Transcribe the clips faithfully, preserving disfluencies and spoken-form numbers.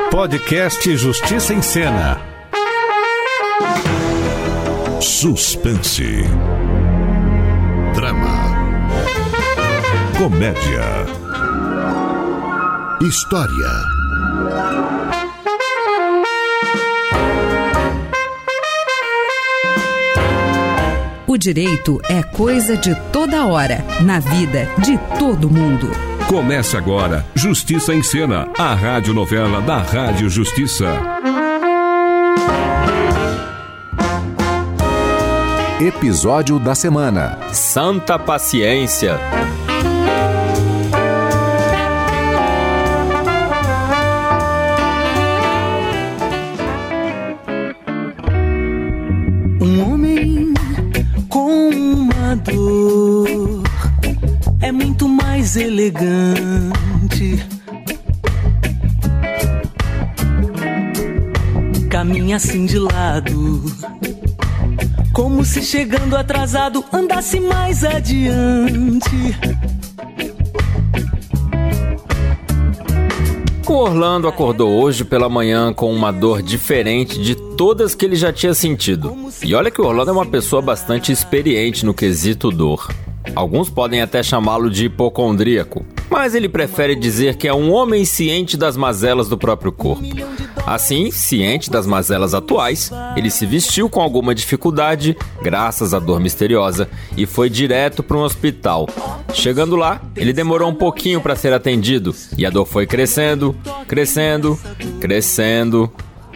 Podcast Justiça em Cena. Suspense. Drama. Comédia. História. O direito é coisa de toda hora, na vida de todo mundo. Começa agora Justiça em Cena, a radionovela da Rádio Justiça. Episódio da semana: Santa Paciência. Um homem com uma dor é muito mais elegante. Caminha assim de lado, como se chegando atrasado andasse mais adiante. O Orlando acordou hoje pela manhã com uma dor diferente de todas que ele já tinha sentido. E olha que o Orlando é uma pessoa bastante experiente no quesito dor. Alguns podem até chamá-lo de hipocondríaco, mas ele prefere dizer que é um homem ciente das mazelas do próprio corpo. Assim, ciente das mazelas atuais, ele se vestiu com alguma dificuldade, graças à dor misteriosa, e foi direto para um hospital. Chegando lá, ele demorou um pouquinho para ser atendido, e a dor foi crescendo, crescendo, crescendo.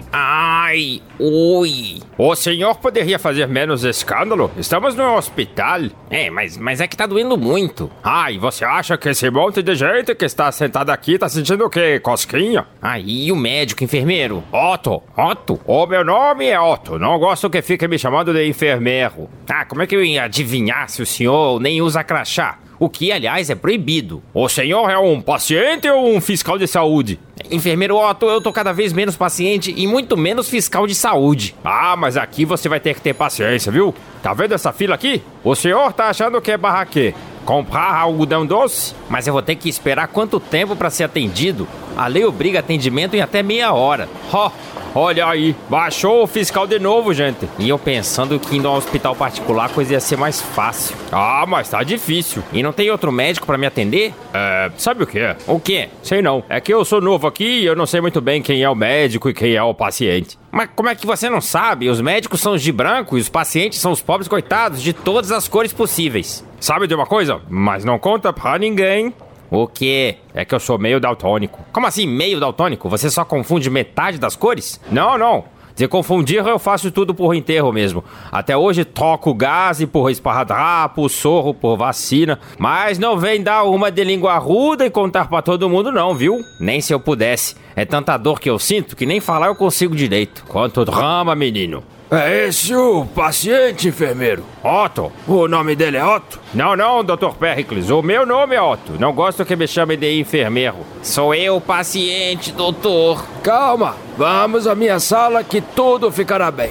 Ai, ui. O senhor poderia fazer menos escândalo? Estamos no hospital. É, mas, mas é que tá doendo muito. Ai, você acha que esse monte de gente que está sentado aqui tá sentindo o quê? Cosquinha? Ai, e o médico, enfermeiro? Otto, Otto. O meu nome é Otto. Não gosto que fique me chamando de enfermeiro. Ah, como é que eu ia adivinhar se o senhor nem usa crachá? O que, aliás, é proibido. O senhor é um paciente ou um fiscal de saúde? Enfermeiro Otto, eu tô cada vez menos paciente e muito menos fiscal de saúde. Ah, mas aqui você vai ter que ter paciência, viu? Tá vendo essa fila aqui? O senhor tá achando que é barraquê? Comprar algodão doce? Mas eu vou ter que esperar quanto tempo pra ser atendido? A lei obriga atendimento em até meia hora. Ó, oh, olha aí, baixou o fiscal de novo, gente. E eu pensando que indo ao hospital particular a coisa ia ser mais fácil. Ah, mas tá difícil. E não tem outro médico pra me atender? É, sabe o que é? O quê? Sei não. É que eu sou novo aqui e eu não sei muito bem quem é o médico e quem é o paciente. Mas como é que você não sabe? Os médicos são os de branco e os pacientes são os pobres coitados de todas as cores possíveis. Sabe de uma coisa? Mas não conta pra ninguém. O quê? É que eu sou meio daltônico. Como assim meio daltônico? Você só confunde metade das cores? Não, não. Se confundir, eu faço tudo por enterro mesmo. Até hoje troco gás por esparradrapo, sorro por vacina. Mas não vem dar uma de língua ruda e contar pra todo mundo não, viu? Nem se eu pudesse. É tanta dor que eu sinto que nem falar eu consigo direito. Quanto drama, menino. É esse o paciente, enfermeiro? Otto. O nome dele é Otto? Não, não, doutor Pericles. O meu nome é Otto. Não gosto que me chame de enfermeiro. Sou eu o paciente, doutor. Calma. Vamos à minha sala que tudo ficará bem.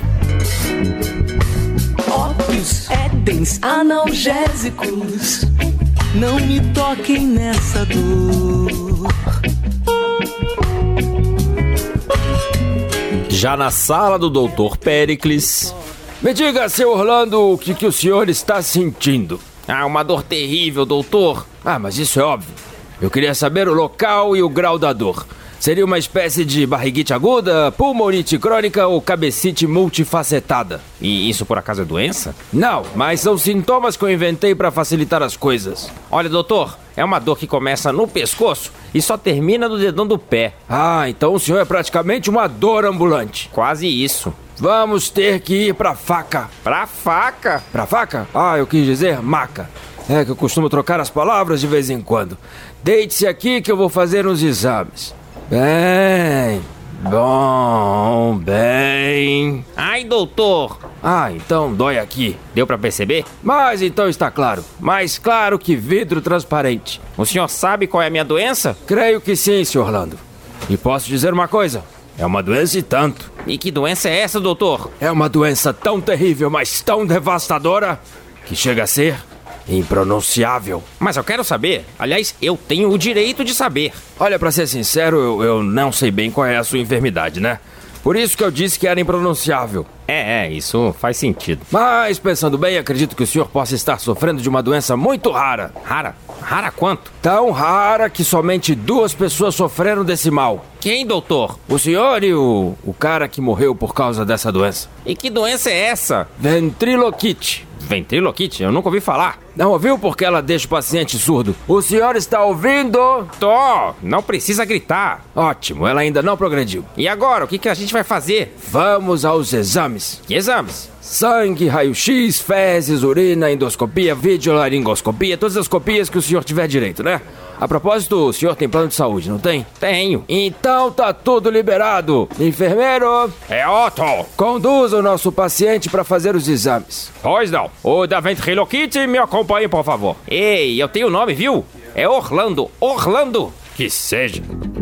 Ópios, édens, analgésicos, não me toquem nessa dor. Já na sala do doutor Pericles... Me diga, seu Orlando, o que, que o senhor está sentindo? Ah, uma dor terrível, doutor. Ah, mas isso é óbvio. Eu queria saber o local e o grau da dor. Seria uma espécie de barriguite aguda, pulmonite crônica ou cabecite multifacetada. E isso por acaso é doença? Não, mas são sintomas que eu inventei para facilitar as coisas. Olha, doutor, é uma dor que começa no pescoço e só termina no dedão do pé. Ah, então o senhor é praticamente uma dor ambulante. Quase isso. Vamos ter que ir pra faca. Pra faca? Pra faca? Ah, eu quis dizer maca. É que eu costumo trocar as palavras de vez em quando. Deite-se aqui que eu vou fazer uns exames. Bem, bom, bem... Ai, doutor! Ah, então dói aqui. Deu pra perceber? Mas então está claro. Mais claro que vidro transparente. O senhor sabe qual é a minha doença? Creio que sim, senhor Orlando. E posso dizer uma coisa. É uma doença e tanto. E que doença é essa, doutor? É uma doença tão terrível, mas tão devastadora, que chega a ser impronunciável. Mas eu quero saber. Aliás, eu tenho o direito de saber. Olha, pra ser sincero, eu, eu não sei bem qual é a sua enfermidade, né? Por isso que eu disse que era impronunciável. É, é, isso faz sentido. Mas, pensando bem, acredito que o senhor possa estar sofrendo de uma doença muito rara. Rara? Rara quanto? Tão rara que somente duas pessoas sofreram desse mal. Quem, doutor? O senhor e o, o cara que morreu por causa dessa doença. E que doença é essa? Ventriloquite. Ventriloquite? Eu nunca ouvi falar. Não ouviu porque ela deixa o paciente surdo? O senhor está ouvindo? Tô, não precisa gritar. Ótimo, ela ainda não progrediu. E agora, o que, que a gente vai fazer? Vamos aos exames. Que exames? Sangue, raio-x, fezes, urina, endoscopia, videolaringoscopia, todas as copias que o senhor tiver direito, né? A propósito, o senhor tem plano de saúde, não tem? Tenho. Então tá tudo liberado. Enfermeiro, É Otto. conduza o nosso paciente para fazer os exames. Pois não. O da ventriloquite, me acompanhe, por favor. Ei, eu tenho nome, viu? É Orlando. Orlando. Que seja.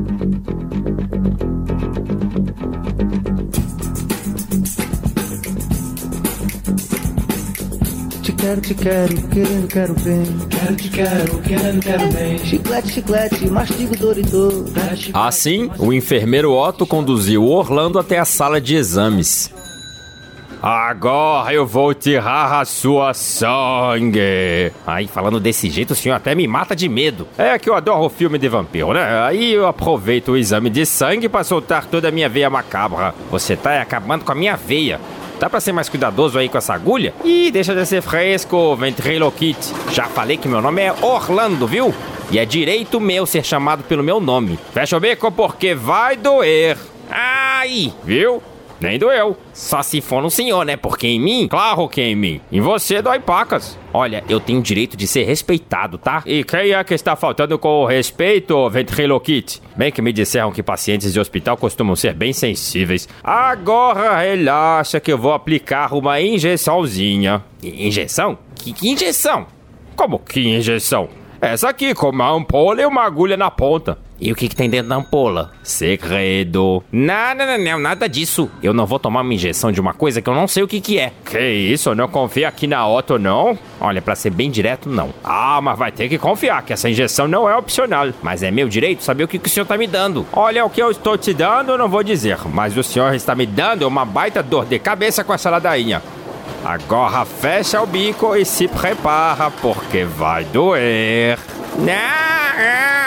Te quero, te quero, querendo, quero bem. Quero, te quero, querendo, quero bem. Chiclete, chiclete, mastigo, Doritos. Assim, o enfermeiro Otto conduziu Orlando até a sala de exames. Agora eu vou tirar a sua sangue. Aí, falando desse jeito, o senhor até me mata de medo. É que eu adoro filme de vampiro, né? Aí eu aproveito o exame de sangue pra soltar toda a minha veia macabra. Você tá acabando com a minha veia. Dá pra ser mais cuidadoso aí com essa agulha? Ih, deixa de ser fresco, ventriloquite. Já falei que meu nome é Orlando, viu? E é direito meu ser chamado pelo meu nome. Fecha o bico porque vai doer. Ai, viu? Nem doeu. Só se for no senhor, né? Porque em mim, claro que em mim. Em você dói pacas. Olha, eu tenho direito de ser respeitado, tá? E quem é que está faltando com o respeito, ventriloquite? Bem que me disseram que pacientes de hospital costumam ser bem sensíveis. Agora relaxa que eu vou aplicar uma injeçãozinha. I- injeção? Que, que injeção? Como que injeção? Essa aqui, com uma ampola e uma agulha na ponta. E o que, que tem dentro da ampola? Segredo. Não, não, não, não, nada disso. Eu não vou tomar uma injeção de uma coisa que eu não sei o que, que é. Que isso? Não confia aqui na Otto, não? Olha, pra ser bem direto, não. Ah, mas vai ter que confiar que essa injeção não é opcional. Mas é meu direito saber o que, que o senhor tá me dando. Olha, o que eu estou te dando eu não vou dizer. Mas o senhor está me dando uma baita dor de cabeça com essa ladainha. Agora fecha o bico e se prepara, porque vai doer. Não!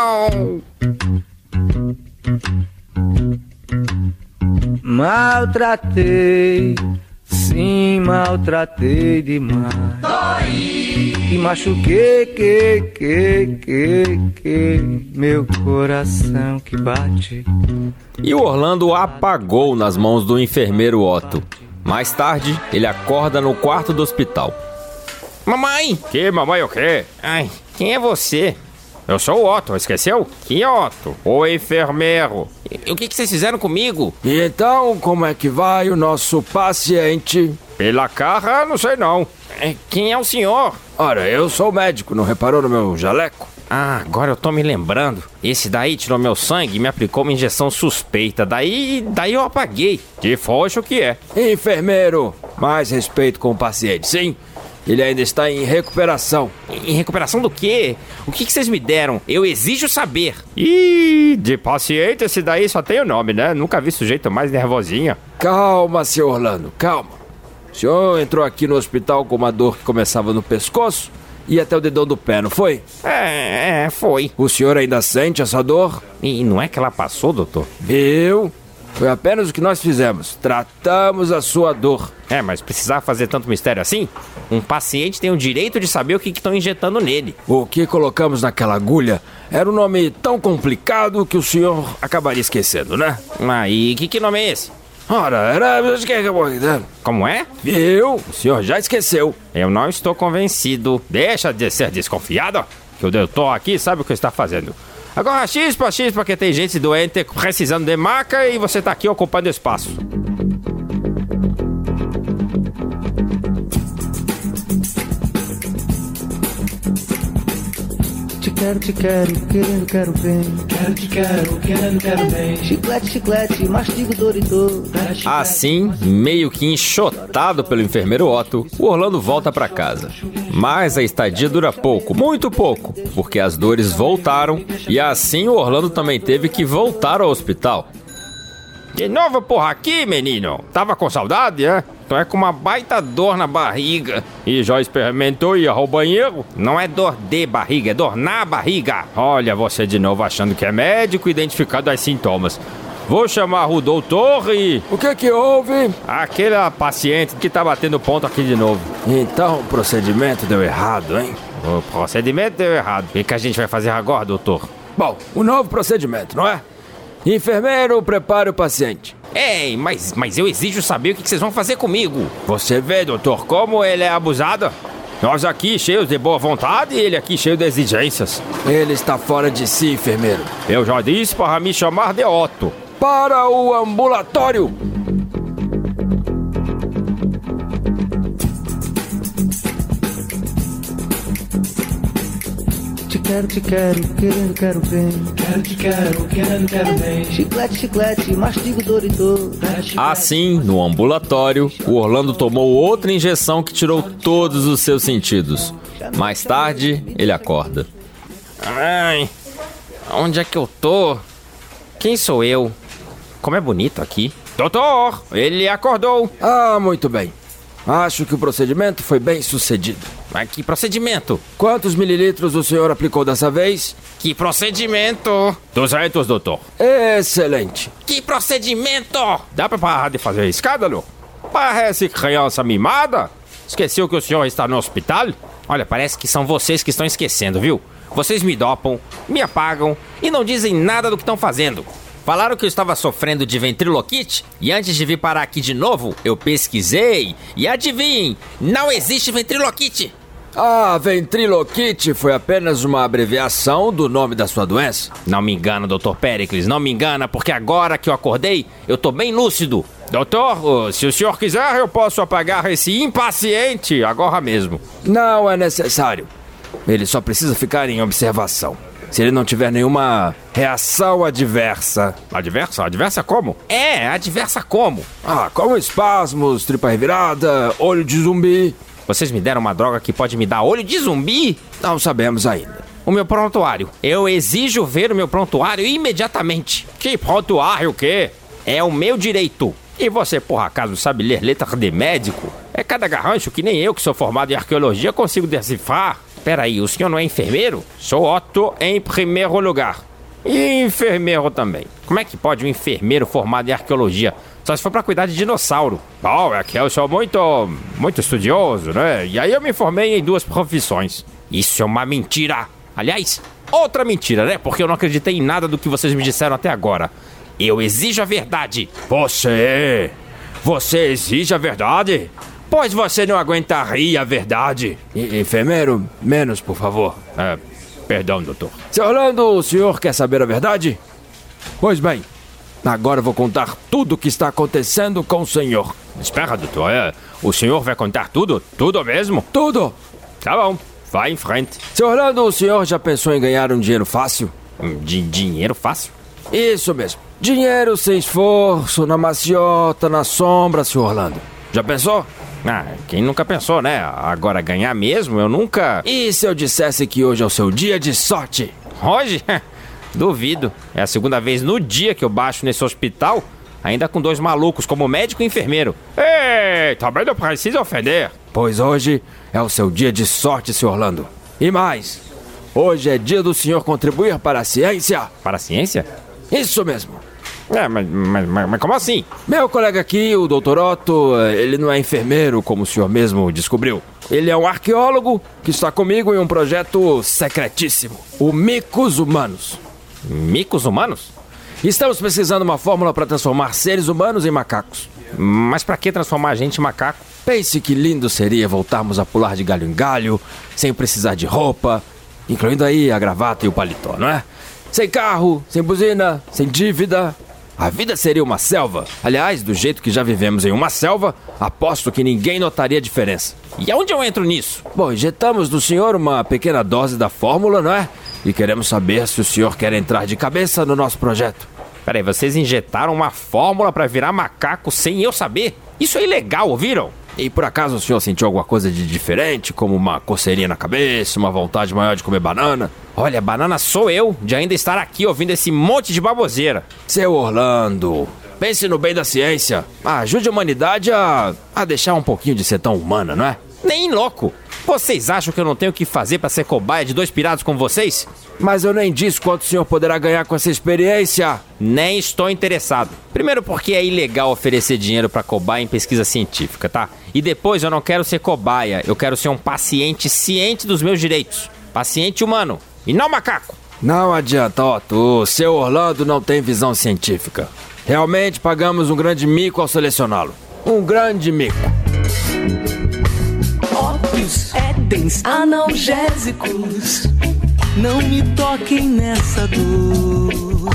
Maltratei, sim, maltratei demais. E machuquei, que, que, que, que, meu coração que bate. E o Orlando apagou nas mãos do enfermeiro Otto. Mais tarde, ele acorda no quarto do hospital. Mamãe! Que, mamãe, o quê? Ai, quem é você? Eu sou o Otto, esqueceu? Que Otto? O enfermeiro. E o que, que vocês fizeram comigo? E então, como é que vai o nosso paciente? Pela cara, não sei não. É, quem é o senhor? Ora, eu sou médico, não reparou no meu jaleco? Ah, agora eu tô me lembrando. Esse daí tirou meu sangue e me aplicou uma injeção suspeita. Daí, daí eu apaguei. De frouxo que é. Enfermeiro, mais respeito com o paciente, sim? Ele ainda está em recuperação. Em recuperação do quê? O que, que vocês me deram? Eu exijo saber. Ih, de paciente esse daí só tem o nome, né? Nunca vi sujeito mais nervosinha. Calma, senhor Orlando, calma. O senhor entrou aqui no hospital com uma dor que começava no pescoço e até o dedão do pé, não foi? É, é, foi. O senhor ainda sente essa dor? E não é que ela passou, doutor? Viu? Foi apenas o que nós fizemos. Tratamos a sua dor. É, mas precisava fazer tanto mistério assim? Um paciente tem o direito de saber o que estão injetando nele. O que colocamos naquela agulha era um nome tão complicado que o senhor acabaria esquecendo, né? Ah, e que, que nome é esse? Ora, era... Como é? Viu? O senhor já esqueceu. Eu não estou convencido. Deixa de ser desconfiado, que o doutor aqui sabe o que está fazendo. Agora chispa, chispa, que tem gente doente precisando de maca e você tá aqui ocupando espaço. Te quero, te quero, querendo, quero bem. Quero, te quero, querendo, quero bem. Chiclete, chiclete, mastigo, Dorito. Assim, meio que enxotado pelo enfermeiro Otto, o Orlando volta pra casa. Mas a estadia dura pouco, muito pouco, porque as dores voltaram e assim o Orlando também teve que voltar ao hospital. De novo por aqui, menino? Tava com saudade, é? Tu é com uma baita dor na barriga. E já experimentou ir ao banheiro? Não é dor de barriga, é dor na barriga. Olha, você de novo achando que é médico identificado os sintomas. Vou chamar o doutor e... O que que houve? Aquela paciente que tá batendo ponto aqui de novo. Então o procedimento deu errado, hein? O procedimento deu errado. O que, que a gente vai fazer agora, doutor? Bom, o novo procedimento, não é? Enfermeiro, prepare o paciente. Ei, mas, mas eu exijo saber o que, que vocês vão fazer comigo. Você vê, doutor, como ele é abusado? Nós aqui cheios de boa vontade e ele aqui cheio de exigências. Ele está fora de si, enfermeiro. Eu já disse para me chamar de Otto. Para o ambulatório! Te quero, te quero, querendo, quero bem. Quero, te quero, querendo, quero bem. Chiclete, chiclete, mastigo, Dorito. Assim, no ambulatório, o Orlando tomou outra injeção que tirou todos os seus sentidos. Mais tarde, ele acorda. Ai, onde é que eu tô? Quem sou eu? Como é bonito aqui. Doutor, ele acordou. Ah, muito bem. Acho que o procedimento foi bem sucedido. Mas que procedimento? Quantos mililitros o senhor aplicou dessa vez? Que procedimento? duzentos, doutor. Excelente. Que procedimento? Dá pra parar de fazer escândalo? Parece criança mimada. Esqueceu que o senhor está no hospital? Olha, parece que são vocês que estão esquecendo, viu? Vocês me dopam, me apagam e não dizem nada do que estão fazendo. Falaram que eu estava sofrendo de ventriloquite e antes de vir parar aqui de novo, eu pesquisei e adivinhem, não existe ventriloquite. Ah, ventriloquite foi apenas uma abreviação do nome da sua doença? Não me engana, doutor Péricles, não me engana, porque agora que eu acordei, eu tô bem lúcido. Doutor, se o senhor quiser, eu posso apagar esse impaciente agora mesmo. Não é necessário. Ele só precisa ficar em observação. Se ele não tiver nenhuma reação adversa. Adversa? Adversa como? É, adversa como? Ah, como espasmos, tripa revirada, olho de zumbi. Vocês me deram uma droga que pode me dar olho de zumbi? Não sabemos ainda. O meu prontuário. Eu exijo ver o meu prontuário imediatamente. Que prontuário o quê? É o meu direito. E você, por acaso, sabe ler letras de médico? É cada garrancho que nem eu, que sou formado em arqueologia, consigo decifrar. Peraí, o senhor não é enfermeiro? Sou Otto em primeiro lugar. E enfermeiro também. Como é que pode um enfermeiro formado em arqueologia? Só se for pra cuidar de dinossauro. Bom, é que eu sou muito, muito estudioso, né? E aí eu me formei em duas profissões. Isso é uma mentira. Aliás, outra mentira, né? Porque eu não acreditei em nada do que vocês me disseram até agora. Eu exijo a verdade. Você? Você exige a verdade? Pois você não aguentaria a verdade. E, enfermeiro, menos, por favor. É, perdão, doutor. Seu Orlando, o senhor quer saber a verdade? Pois bem, agora eu vou contar tudo o que está acontecendo com o senhor. Espera, doutor, é, o senhor vai contar tudo? Tudo mesmo? Tudo. Tá bom, vai em frente. Seu Orlando, o senhor já pensou em ganhar um dinheiro fácil? De dinheiro fácil? Isso mesmo. Dinheiro sem esforço, na maciota, na sombra, senhor Orlando. Já pensou? Ah, quem nunca pensou, né? Agora ganhar mesmo, eu nunca... E se eu dissesse que hoje é o seu dia de sorte? Hoje? Duvido. É a segunda vez no dia que eu baixo nesse hospital, ainda com dois malucos como médico e enfermeiro. Ei, também não precisa ofender. Pois hoje é o seu dia de sorte, senhor Orlando. E mais, hoje é dia do senhor contribuir para a ciência. Para a ciência? Isso mesmo. É, mas, mas, mas, mas como assim? Meu colega aqui, o doutor Otto, ele não é enfermeiro, como o senhor mesmo descobriu. Ele é um arqueólogo que está comigo em um projeto secretíssimo. O Micos Humanos. Micos Humanos? Estamos pesquisando uma fórmula para transformar seres humanos em macacos. Mas para que transformar a gente em macaco? Pense que lindo seria voltarmos a pular de galho em galho, sem precisar de roupa, incluindo aí a gravata e o paletó, não é? Sem carro, sem buzina, sem dívida. A vida seria uma selva. Aliás, do jeito que já vivemos em uma selva, aposto que ninguém notaria a diferença. E aonde eu entro nisso? Bom, injetamos no senhor uma pequena dose da fórmula, não é? e queremos saber se o senhor quer entrar de cabeça no nosso projeto. Peraí, vocês injetaram uma fórmula pra virar macaco sem eu saber? Isso é ilegal, ouviram? E por acaso o senhor sentiu alguma coisa de diferente, como uma coceirinha na cabeça, uma vontade maior de comer banana? Olha, banana sou eu, de ainda estar aqui ouvindo esse monte de baboseira. Seu Orlando, pense no bem da ciência. Ajude a humanidade a, a deixar um pouquinho de ser tão humana, não é? Nem louco. Vocês acham que eu não tenho o que fazer pra ser cobaia de dois piratas como vocês? Mas eu nem disse quanto o senhor poderá ganhar com essa experiência. Nem estou interessado. Primeiro porque é ilegal oferecer dinheiro pra cobaia em pesquisa científica, tá? E depois eu não quero ser cobaia, eu quero ser um paciente ciente dos meus direitos. Paciente humano, e não macaco. Não adianta, Otto, o seu Orlando não tem visão científica. Realmente pagamos um grande mico ao selecioná-lo. Um grande mico. Ópios, étens, analgésicos, não me toquem nessa dor.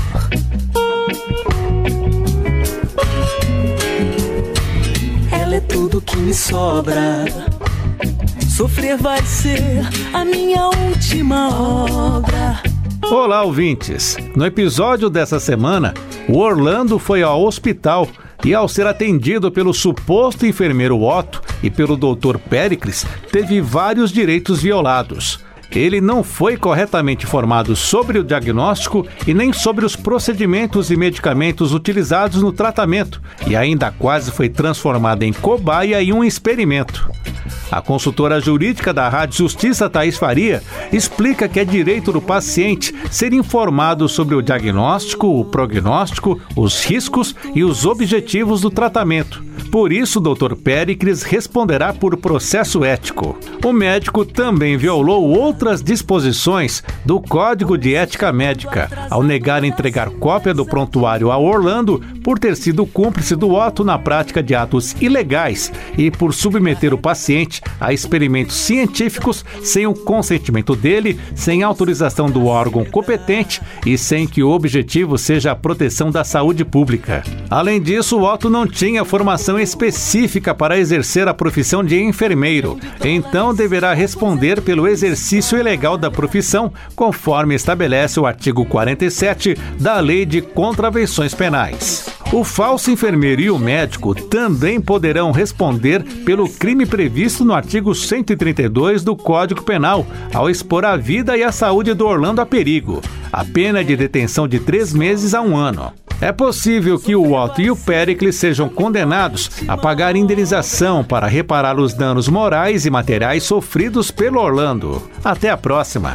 Ela é tudo que me sobra. Sofrer vai ser a minha última obra. Olá, ouvintes! No episódio dessa semana, o Orlando foi ao hospital e, ao ser atendido pelo suposto enfermeiro Otto e pelo doutor Péricles, teve vários direitos violados. Ele não foi corretamente informado sobre o diagnóstico e nem sobre os procedimentos e medicamentos utilizados no tratamento, e ainda quase foi transformado em cobaia e um experimento. A consultora jurídica da Rádio Justiça, Thaís Faria, explica que é direito do paciente ser informado sobre o diagnóstico, o prognóstico, os riscos e os objetivos do tratamento. Por isso, o doutor Péricles responderá por processo ético. O médico também violou outras disposições do Código de Ética Médica, ao negar entregar cópia do prontuário a Orlando por ter sido cúmplice do Otto na prática de atos ilegais e por submeter o paciente a experimentos científicos sem o consentimento dele, sem autorização do órgão competente e sem que o objetivo seja a proteção da saúde pública. Além disso, o Otto não tinha formação específica para exercer a profissão de enfermeiro, então deverá responder pelo exercício ilegal da profissão, conforme estabelece o artigo quarenta e sete da Lei de Contravenções Penais. O falso enfermeiro e o médico também poderão responder pelo crime previsto no artigo cento e trinta e dois do Código Penal, ao expor a vida e a saúde do Orlando a perigo. A pena é de detenção de três meses a um ano. É possível que o Otto e o Péricles sejam condenados a pagar indenização para reparar os danos morais e materiais sofridos pelo Orlando. Até a próxima!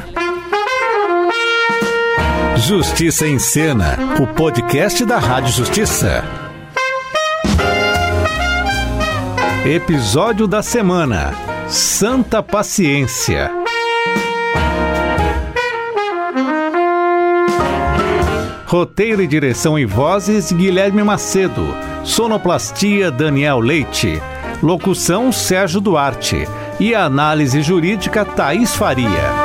Justiça em Cena, o podcast da Rádio Justiça. Episódio da semana: Santa Paciência. Roteiro e direção e vozes: Guilherme Macedo. Sonoplastia: Daniel Leite. Locução: Sérgio Duarte. E a análise jurídica: Thaís Faria.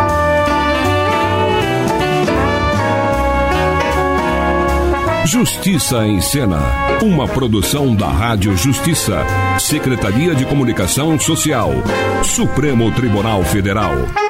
Justiça em Cena, uma produção da Rádio Justiça, Secretaria de Comunicação Social, Supremo Tribunal Federal.